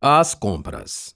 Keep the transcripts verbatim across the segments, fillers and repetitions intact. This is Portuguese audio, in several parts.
As compras.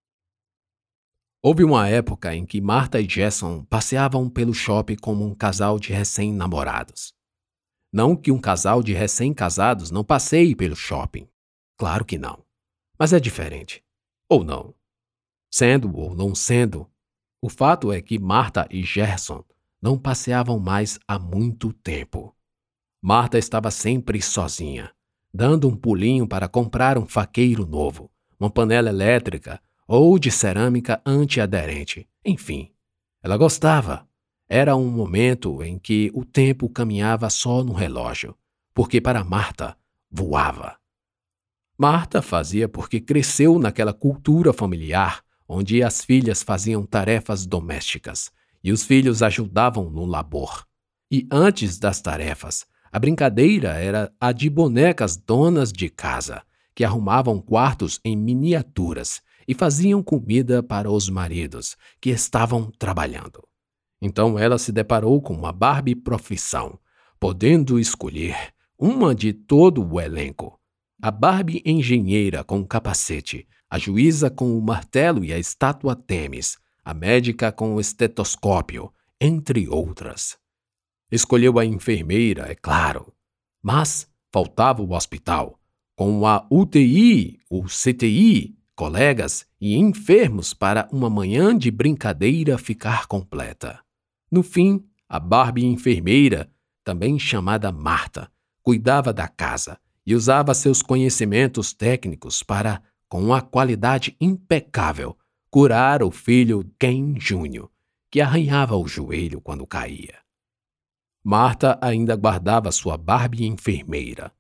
Houve uma época em que Martha e Jason passeavam pelo shopping como um casal de recém-namorados. Não que um casal de recém-casados não passeie pelo shopping. Claro que não. Mas é diferente. Ou não. Sendo ou não sendo, o fato é que Martha e Jason não passeavam mais há muito tempo. Martha estava sempre sozinha, dando um pulinho para comprar um faqueiro novo, uma panela elétrica ou de cerâmica antiaderente. Enfim, ela gostava. Era um momento em que o tempo caminhava só no relógio, porque para Martha voava. Martha fazia porque cresceu naquela cultura familiar onde as filhas faziam tarefas domésticas e os filhos ajudavam no labor. E antes das tarefas, a brincadeira era a de bonecas donas de casa, que arrumavam quartos em miniaturas e faziam comida para os maridos, que estavam trabalhando. Então ela se deparou com uma Barbie profissão, podendo escolher uma de todo o elenco. A Barbie engenheira com o capacete, a juíza com o martelo e a estátua Temis, a médica com o estetoscópio, entre outras. Escolheu a enfermeira, é claro, mas faltava o hospital, com a U T I, o C T I, colegas e enfermos para uma manhã de brincadeira ficar completa. No fim, a Barbie enfermeira, também chamada Martha, cuidava da casa e usava seus conhecimentos técnicos para, com uma qualidade impecável, curar o filho Ken Júnior, que arranhava o joelho quando caía. Martha ainda guardava sua Barbie enfermeira.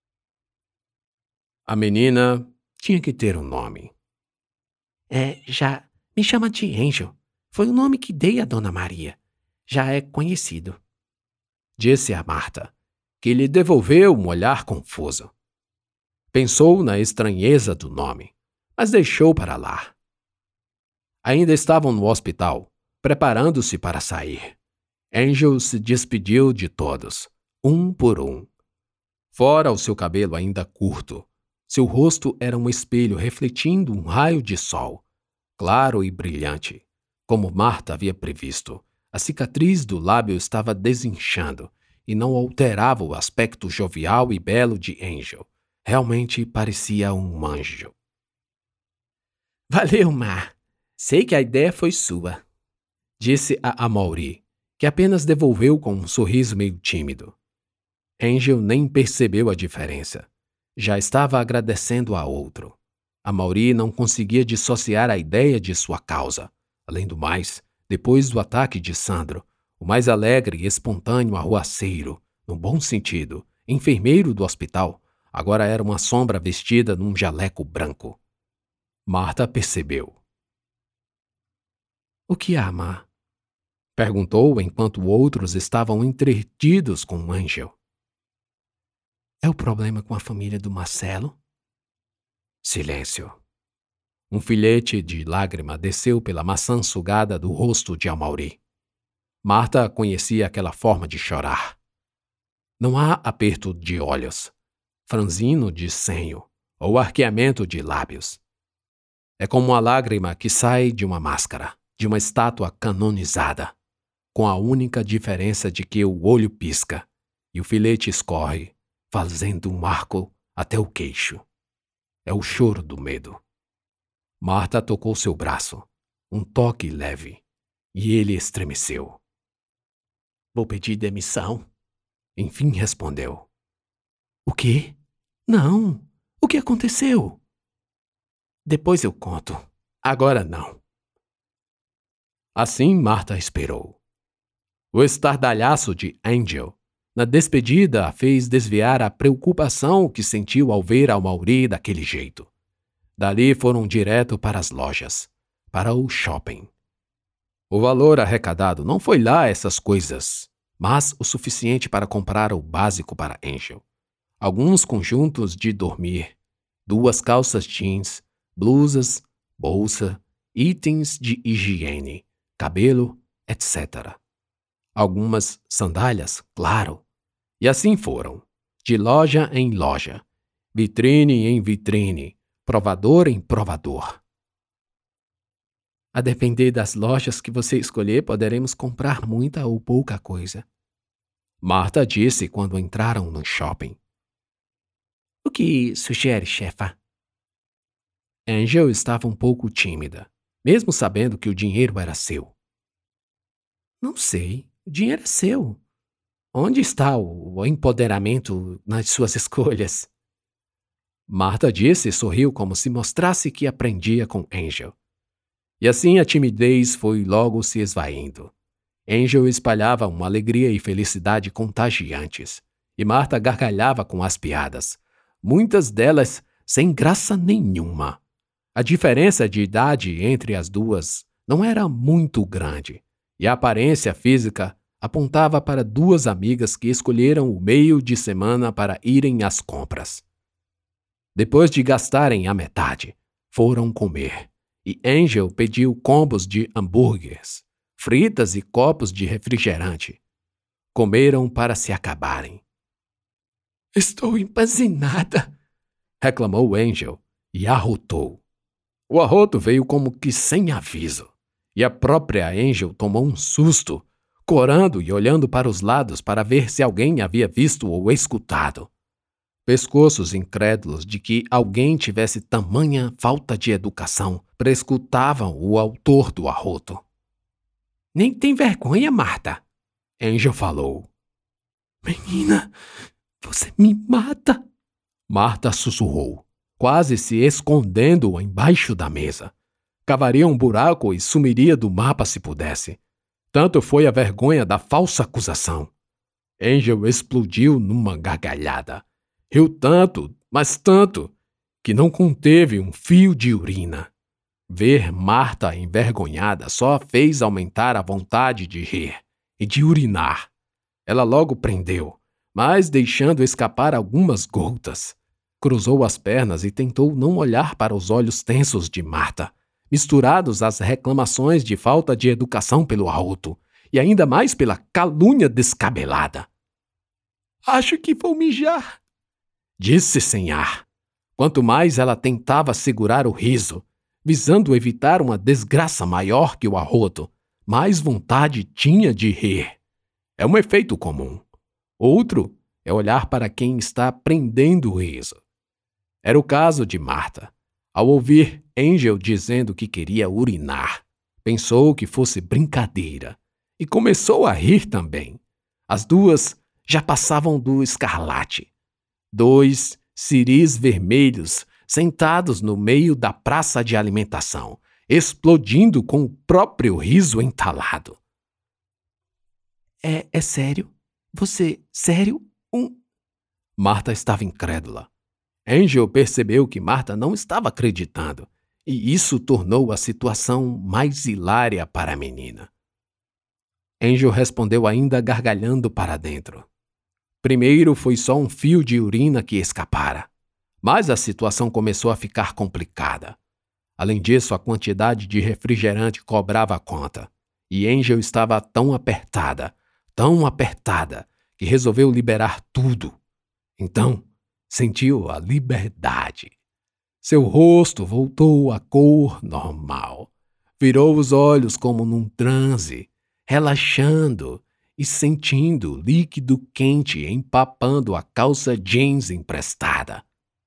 A menina tinha que ter um nome. É, já me chama de Angel. Foi o nome que dei a Dona Maria. Já é conhecido. Disse a Martha, que lhe devolveu um olhar confuso. Pensou na estranheza do nome, mas deixou para lá. Ainda estavam no hospital, preparando-se para sair. Angel se despediu de todos, um por um. Fora o seu cabelo ainda curto, seu rosto era um espelho refletindo um raio de sol, claro e brilhante. Como Martha havia previsto, a cicatriz do lábio estava desinchando e não alterava o aspecto jovial e belo de Angel. Realmente parecia um anjo. Valeu, Mar. Sei que a ideia foi sua, disse a Amaury, que apenas devolveu com um sorriso meio tímido. Angel nem percebeu a diferença. Já estava agradecendo a outro. Amaury não conseguia dissociar a ideia de sua causa. Além do mais, depois do ataque de Sandro, o mais alegre e espontâneo arruaceiro, no bom sentido, enfermeiro do hospital, agora era uma sombra vestida num jaleco branco. Martha percebeu. O que há, Mar? Perguntou enquanto outros estavam entretidos com Angel. É o problema com a família do Marcelo? Silêncio. Um filete de lágrima desceu pela maçã sugada do rosto de Amaury. Martha conhecia aquela forma de chorar. Não há aperto de olhos, franzino de senho ou arqueamento de lábios. É como uma lágrima que sai de uma máscara, de uma estátua canonizada, com a única diferença de que o olho pisca e o filete escorre, fazendo um arco até o queixo. É o choro do medo. Martha tocou seu braço, um toque leve, e ele estremeceu. Vou pedir demissão. Enfim respondeu. O quê? Não. O que aconteceu? Depois eu conto. Agora não. Assim Martha esperou. O estardalhaço de Angel na despedida a fez desviar a preocupação que sentiu ao ver Amaury daquele jeito. Dali foram direto para as lojas, para o shopping. O valor arrecadado não foi lá essas coisas, mas o suficiente para comprar o básico para Angel. Alguns conjuntos de dormir, duas calças jeans, blusas, bolsa, itens de higiene, cabelo, etcétera. Algumas sandálias, claro. E assim foram, de loja em loja, vitrine em vitrine, provador em provador. A depender das lojas que você escolher, poderemos comprar muita ou pouca coisa. Marta disse quando entraram no shopping. O que sugere, chefa? Angel estava um pouco tímida, mesmo sabendo que o dinheiro era seu. Não sei. O dinheiro é seu. Onde está o empoderamento nas suas escolhas? Marta disse e sorriu como se mostrasse que aprendia com Angel. E assim a timidez foi logo se esvaindo. Angel espalhava uma alegria e felicidade contagiantes, e Marta gargalhava com as piadas, muitas delas sem graça nenhuma. A diferença de idade entre as duas não era muito grande, e a aparência física apontava para duas amigas que escolheram o meio de semana para irem às compras. Depois de gastarem a metade, foram comer, e Angel pediu combos de hambúrgueres, fritas e copos de refrigerante. Comeram para se acabarem. Estou empanzinada, reclamou Angel e arrotou. O arroto veio como que sem aviso, e a própria Angel tomou um susto, corando e olhando para os lados para ver se alguém havia visto ou escutado. Pescoços incrédulos de que alguém tivesse tamanha falta de educação prescutavam o autor do arroto. Nem tem vergonha, Marta, Angel falou. Menina, você me mata, Marta sussurrou, quase se escondendo embaixo da mesa. Cavaria um buraco e sumiria do mapa se pudesse. Tanto foi a vergonha da falsa acusação. Angel explodiu numa gargalhada. Riu tanto, mas tanto, que não conteve um fio de urina. Ver Marta envergonhada só a fez aumentar a vontade de rir e de urinar. Ela logo prendeu, mas deixando escapar algumas gotas. Cruzou as pernas e tentou não olhar para os olhos tensos de Marta, misturados às reclamações de falta de educação pelo arroto, e ainda mais pela calúnia descabelada. Acho que vou mijar, disse sem ar. Quanto mais ela tentava segurar o riso, visando evitar uma desgraça maior que o arroto, mais vontade tinha de rir. É um efeito comum. Outro é olhar para quem está prendendo o riso. Era o caso de Marta. Ao ouvir Angel dizendo que queria urinar, pensou que fosse brincadeira e começou a rir também. As duas já passavam do escarlate. Dois ciris vermelhos sentados no meio da praça de alimentação, explodindo com o próprio riso entalado. É, é sério? Você, sério? Um... Marta estava incrédula. Angel percebeu que Marta não estava acreditando, e isso tornou a situação mais hilária para a menina. Angel respondeu ainda gargalhando para dentro. Primeiro foi só um fio de urina que escapara, mas a situação começou a ficar complicada. Além disso, a quantidade de refrigerante cobrava a conta, e Angel estava tão apertada, tão apertada, que resolveu liberar tudo. Então, sentiu a liberdade. Seu rosto voltou à cor normal. Virou os olhos como num transe, relaxando e sentindo líquido quente empapando a calça jeans emprestada.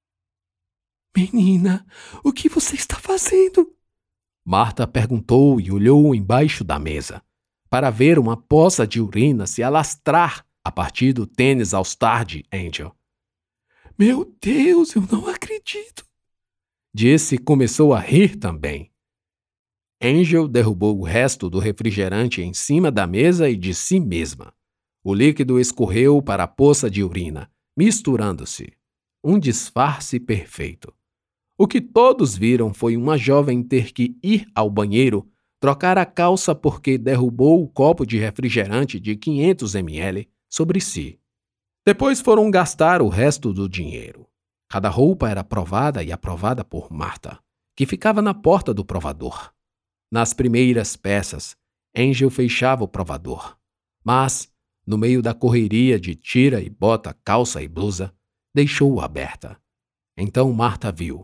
Menina, o que você está fazendo? Marta perguntou e olhou embaixo da mesa, para ver uma poça de urina se alastrar a partir do tênis All-Star de Angel. Meu Deus, eu não acredito! Disse e começou a rir também. Angel derrubou o resto do refrigerante em cima da mesa e de si mesma. O líquido escorreu para a poça de urina, misturando-se. Um disfarce perfeito. O que todos viram foi uma jovem ter que ir ao banheiro, trocar a calça porque derrubou o copo de refrigerante de quinhentos mililitros sobre si. Depois foram gastar o resto do dinheiro. Cada roupa era provada e aprovada por Marta, que ficava na porta do provador. Nas primeiras peças, Angel fechava o provador, mas, no meio da correria de tira e bota, calça e blusa, deixou-o aberta. Então Marta viu,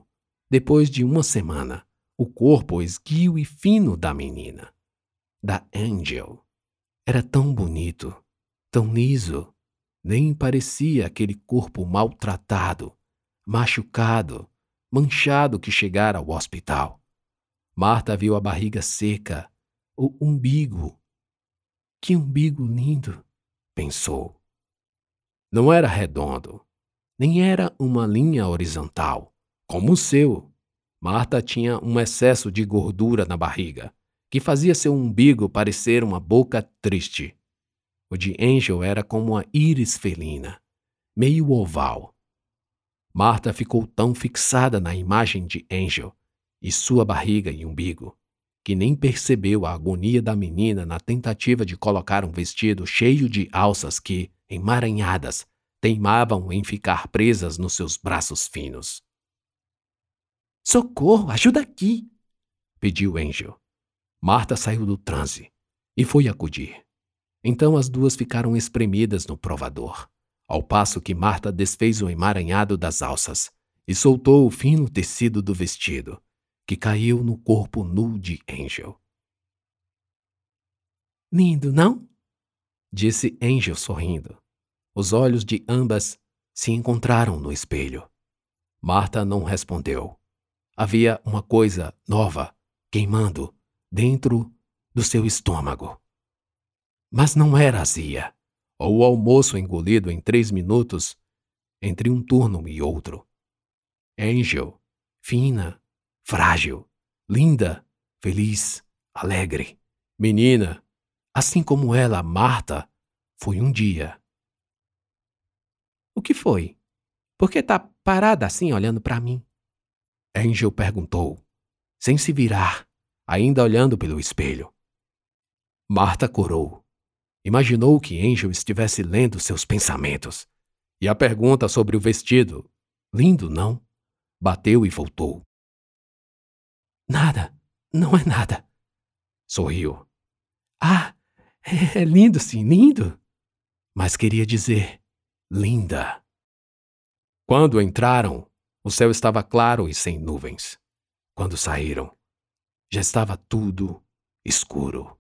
Depois de uma semana, o corpo esguio e fino da menina, da Angel, era tão bonito, tão liso, nem parecia aquele corpo maltratado, machucado, manchado que chegara ao hospital. Marta viu a barriga seca, o umbigo. Que umbigo lindo, pensou. Não era redondo, nem era uma linha horizontal, como o seu. Marta tinha um excesso de gordura na barriga, que fazia seu umbigo parecer uma boca triste. O de Angel era como uma íris felina, meio oval. Marta ficou tão fixada na imagem de Angel e sua barriga e umbigo, que nem percebeu a agonia da menina na tentativa de colocar um vestido cheio de alças que, emaranhadas, teimavam em ficar presas nos seus braços finos. Socorro, ajuda aqui! Pediu Angel. Marta saiu do transe e foi acudir. Então as duas ficaram espremidas no provador, ao passo que Marta desfez o emaranhado das alças e soltou o fino tecido do vestido, que caiu no corpo nu de Angel. Lindo, não? Disse Angel sorrindo. Os olhos de ambas se encontraram no espelho. Marta não respondeu. Havia uma coisa nova, queimando, dentro do seu estômago. Mas não era azia, ou o almoço engolido em três minutos entre um turno e outro. Angel, fina, frágil, linda, feliz, alegre, menina, assim como ela, Marta, foi um dia. O que foi? Por que tá parada assim olhando para mim? Angel perguntou, sem se virar, ainda olhando pelo espelho. Marta corou. Imaginou que Angel estivesse lendo seus pensamentos. E a pergunta sobre o vestido, lindo, não? Bateu e voltou. Nada, não é nada. Sorriu. Ah, é lindo sim, lindo. Mas queria dizer, linda. Quando entraram, o céu estava claro e sem nuvens. Quando saíram, já estava tudo escuro.